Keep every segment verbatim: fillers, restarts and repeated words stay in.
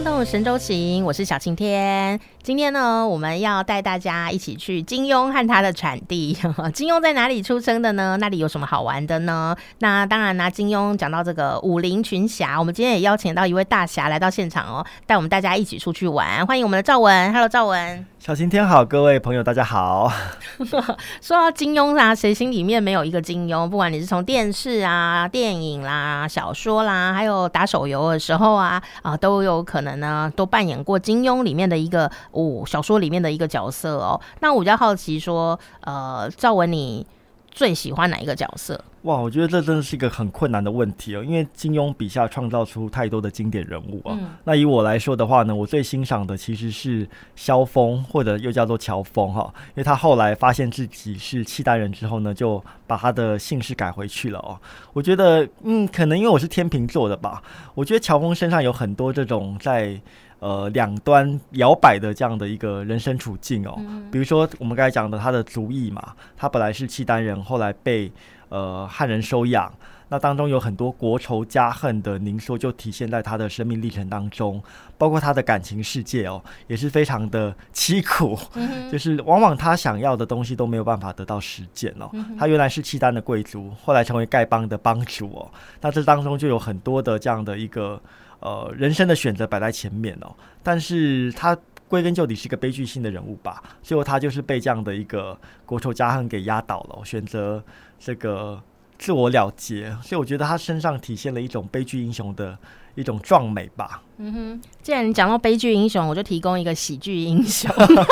生动神州行，我是小晴天。今天呢，我们要带大家一起去金庸和他的产地。金庸在哪里出生的呢？那里有什么好玩的呢？那当然啦，金庸讲到这个武林群侠，我们今天也邀请到一位大侠来到现场哦，带我们大家一起出去玩。欢迎我们的赵文 ，Hello 赵文。 小晴天好，各位朋友大家好。 说到金庸啊，谁心里面没有一个金庸？不管你是从电视啊、电影啦、小说啦，还有打手游的时候啊，啊都有可能呢，都扮演过金庸里面的一个哦小说里面的一个角色哦。那我比较好奇说，呃，赵文你最喜欢哪一个角色？ 哇，我觉得这真的是一个很困难的问题哦，因为金庸笔下创造出太多的经典人物啊。嗯、那以我来说的话呢，我最欣赏的其实是萧峰，或者又叫做乔峰哈，因为他后来发现自己是契丹人之后呢，就把他的姓氏改回去了哦。我觉得，嗯，可能因为我是天秤座的吧，我觉得乔峰身上有很多这种在呃两端摇摆的这样的一个人生处境哦。嗯、比如说我们刚才讲的他的族裔嘛，他本来是契丹人，后来被呃，汉人收养，那当中有很多国仇家恨的凝缩，就体现在他的生命历程当中，包括他的感情世界哦，也是非常的凄苦，嗯、就是往往他想要的东西都没有办法得到实践哦。嗯、他原来是契丹的贵族，后来成为丐帮的帮主哦，那这当中就有很多的这样的一个呃人生的选择摆在前面哦，但是他归根究底是一个悲剧性的人物吧，最后他就是被这样的一个国仇家恨给压倒了，选择这个自我了结，所以我觉得他身上体现了一种悲剧英雄的一种壮美吧。嗯哼，既然你讲到悲剧英雄，我就提供一个喜剧英雄。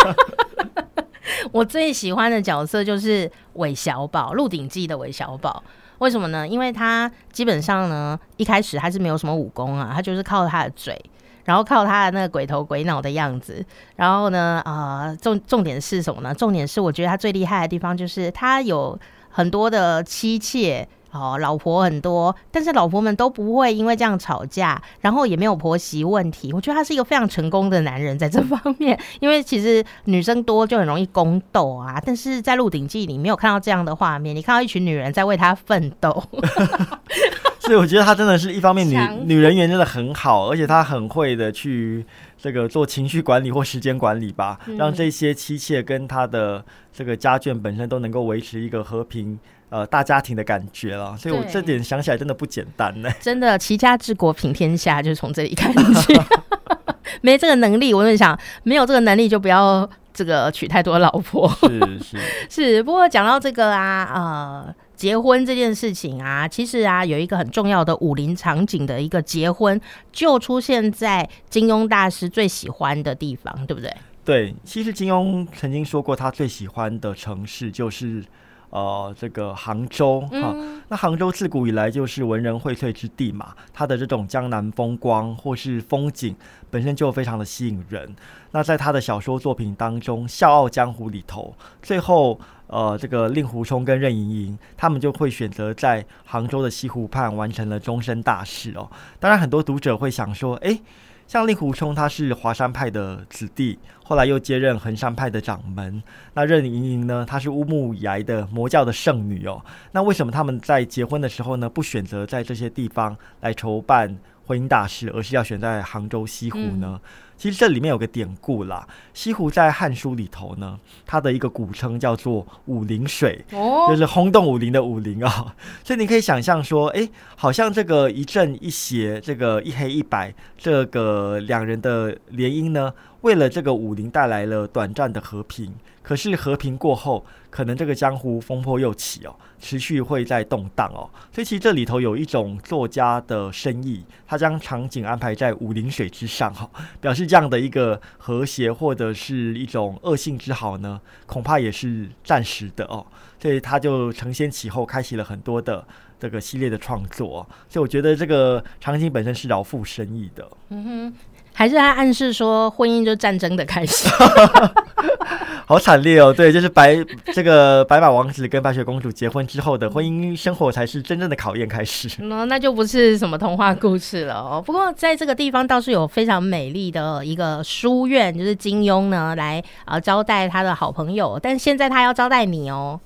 我最喜欢的角色就是韦小宝，《鹿鼎记》的韦小宝。为什么呢？因为他基本上呢，一开始他是没有什么武功啊，他就是靠他的嘴。然后靠他的那个鬼头鬼脑的样子，然后呢，呃，重重点是什么呢？重点是我觉得他最厉害的地方就是他有很多的妻妾哦，老婆很多，但是老婆们都不会因为这样吵架，然后也没有婆媳问题。我觉得他是一个非常成功的男人在这方面，因为其实女生多就很容易宫斗啊，但是在《鹿鼎记》里没有看到这样的画面，你看到一群女人在为他奋斗。 所以我觉得他真的是一方面女女人缘真的很好，而且他很会的去这个做情绪管理或时间管理吧，嗯、让这些妻妾跟他的这个家眷本身都能够维持一个和平呃大家庭的感觉了。所以我这点想起来真的不简单呢。真的，齐家治国平天下就是从这里看起。没这个能力，我就想没有这个能力就不要这个娶太多老婆。 是是是，不过讲到这个啊，呃。结婚这件事情啊，其实啊有一个很重要的武林场景的一个结婚，就出现在金庸大师最喜欢的地方，对不对？ 对，其实金庸曾经说过，他最喜欢的城市就是呃这个杭州哈、嗯。那杭州自古以来就是文人荟萃之地嘛，它的这种江南风光或是风景本身就非常的吸引人。那在他的小说作品当中，《笑傲江湖》里头，最后。呃，这个令狐冲跟任盈盈，他们就会选择在杭州的西湖畔完成了终身大事哦。当然，很多读者会想说，哎，像令狐冲他是华山派的子弟，后来又接任衡山派的掌门。那任盈盈呢，她是乌木崖的魔教的圣女哦。那为什么他们在结婚的时候呢，不选择在这些地方来筹办婚姻大事，而是要选在杭州西湖呢？嗯其实这里面有个典故啦，西湖在《汉书》里头呢，它的一个古称叫做武陵水，哦、就是轰动武林的武陵啊、哦。所以你可以想象说，哎，好像这个一正一邪，这个一黑一白，这个两人的联姻呢，为了这个武林带来了短暂的和平。可是和平过后，可能这个江湖风波又起哦，持续会在动荡哦。所以其实这里头有一种作家的深意，他将场景安排在武陵水之上哈、哦，表示这样的一个和谐或者是一种恶性之好呢，恐怕也是暂时的哦。所以他就承先启后，开启了很多的这个系列的创作、哦。所以我觉得这个场景本身是饶富深意的。 嗯哼，还是他暗示说婚姻就是战争的开始。 好惨烈哦！对，就是白这个白马王子跟白雪公主结婚之后的婚姻生活才是真正的考验开始。 嗯，那就不是什么童话故事了哦。不过在这个地方倒是有非常美丽的一个书院，就是金庸呢来、呃、招待他的好朋友，但现在他要招待你哦。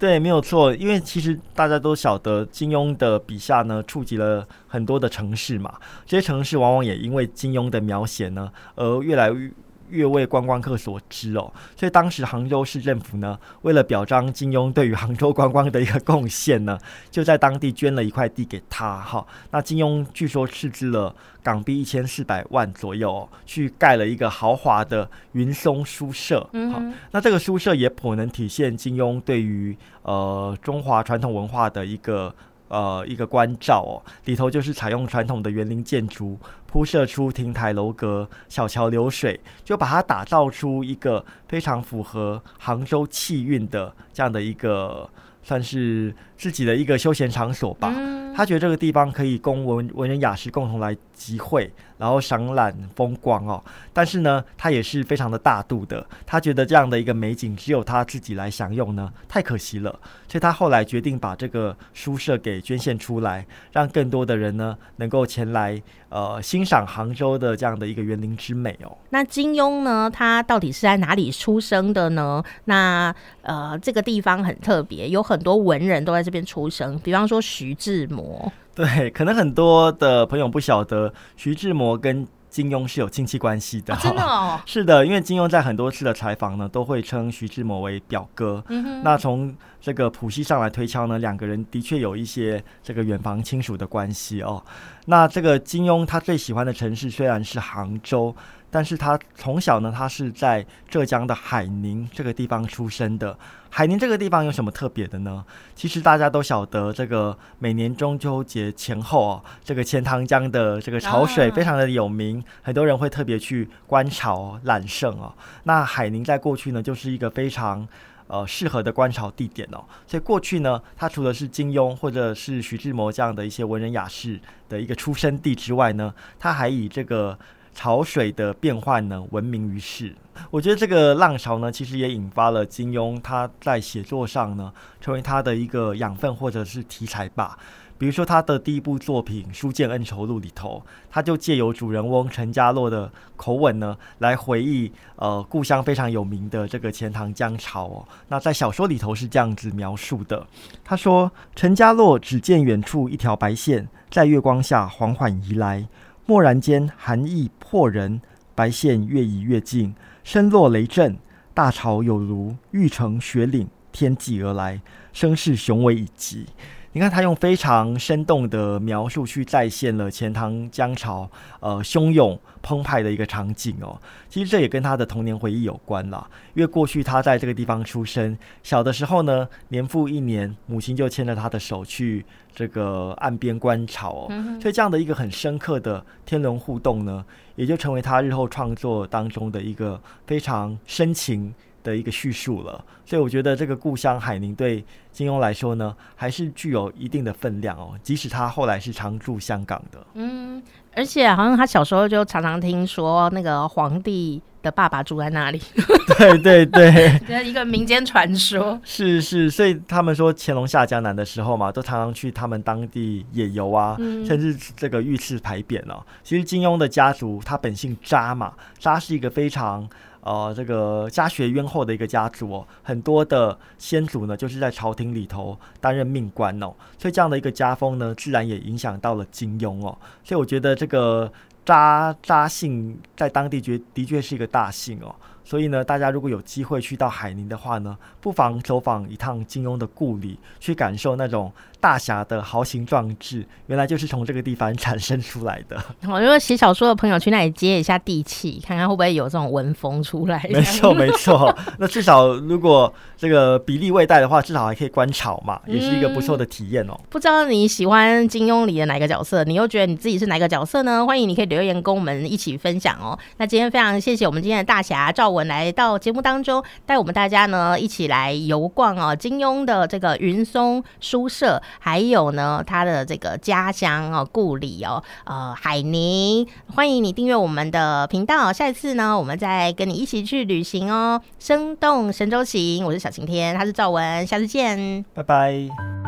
对，没有错，因为其实大家都晓得金庸的笔下呢，触及了很多的城市嘛，这些城市往往也因为金庸的描写呢，而越来越越为观光客所知哦，所以当时杭州市政府呢，为了表彰金庸对于杭州观光的一个贡献呢，就在当地捐了一块地给他哈。那金庸据说斥资了港币一千四百万左右、哦，去盖了一个豪华的云松书社。嗯，那这个书社也颇能体现金庸对于呃中华传统文化的一个。呃，一个关照哦，里头就是采用传统的园林建筑，铺设出亭台楼阁、小桥流水，就把它打造出一个非常符合杭州气韵的这样的一个，算是自己的一个休闲场所吧。嗯、他觉得这个地方可以供文文人雅士共同来集会，然后赏览风光哦。但是呢，他也是非常的大度的，他觉得这样的一个美景只有他自己来享用呢，太可惜了。所以他后来决定把这个书社给捐献出来，让更多的人呢能够前来呃欣赏杭州的这样的一个园林之美哦。 那金庸呢，他到底是在哪里出生的呢？那呃这个地方很特别，有很多文人都在这边出生，比方说徐志摩。 对，可能很多的朋友不晓得，徐志摩跟金庸是有亲戚关系的、 哦、真的哦。 是的，因为金庸在很多次的采访呢，都会称徐志摩为表哥。嗯、那从这个谱系上来推敲呢，两个人的确有一些这个远房亲属的关系哦。那这个金庸他最喜欢的城市虽然是杭州，但是他从小呢，他是在浙江的海宁这个地方出生的。海宁这个地方有什么特别的呢？其实大家都晓得，这个每年中秋节前后哦，这个钱塘江的这个潮水非常的有名，啊、很多人会特别去观潮揽胜哦。那海宁在过去呢，就是一个非常呃适合的观潮地点哦。所以过去呢，它除了是金庸或者是徐志摩这样的一些文人雅士的一个出生地之外呢，它还以这个潮水的变换呢闻名于世。我觉得这个浪潮呢，其实也引发了金庸他在写作上呢，成为他的一个养分或者是题材吧。比如说他的第一部作品《书剑恩仇录》里头，他就借由主人翁陈家洛的口吻呢，来回忆呃故乡非常有名的这个钱塘江潮哦。那在小说里头是这样子描述的，他说：陈家洛只见远处一条白线，在月光下缓缓移来，蓦然间寒意迫人，白线越移越近，声落雷震，大潮有如欲乘雪岭天际而来，声势雄伟以极。你看他用非常生动的描述去再现了钱塘江潮呃汹涌澎湃的一个场景哦。其实这也跟他的童年回忆有关啦，因为过去他在这个地方出生，小的时候呢，年复一年，母亲就牵着他的手去这个岸边观潮哦。嗯、所以这样的一个很深刻的天伦互动呢，也就成为他日后创作当中的一个非常深情的一个叙述了。所以我觉得这个故乡海宁对金庸来说呢，还是具有一定的分量哦，即使他后来是常驻香港的。嗯， 而且好像他小时候就常常听说那个皇帝的爸爸住在那里。 对对对， 这一个民间传说。 是是，所以他们说乾隆下江南的时候嘛，都常常去他们当地野游啊，嗯、甚至这个御赐牌匾哦。其实金庸的家族他本姓查嘛，查是一个非常呃，这个家学渊厚的一个家族哦，很多的先祖呢，就是在朝廷里头担任命官哦，所以这样的一个家风呢，自然也影响到了金庸哦。所以我觉得这个查查姓在当地觉的确是一个大姓哦。所以呢，大家如果有机会去到海宁的话呢，不妨走访一趟金庸的故里，去感受那种大侠的豪情壮志，原来就是从这个地方产生出来的。 我如果写小说的朋友去那里接一下地气，看看会不会有这种文风出来。 没错没错，那至少如果这个比例未带的话，至少还可以观潮嘛，也是一个不错的体验哦。 嗯、不知道你喜欢金庸里的哪个角色，你又觉得你自己是哪个角色呢？欢迎你可以留言跟我们一起分享哦。那今天非常谢谢我们今天的大侠赵文来到节目当中，带我们大家呢一起来游逛哦金庸的这个云松书社，还有呢他的这个家乡哦故里哦呃海宁。欢迎你订阅我们的频道，下一次呢我们再跟你一起去旅行哦。生动神州行，我是小晴天，他是赵文，下次见， 拜拜。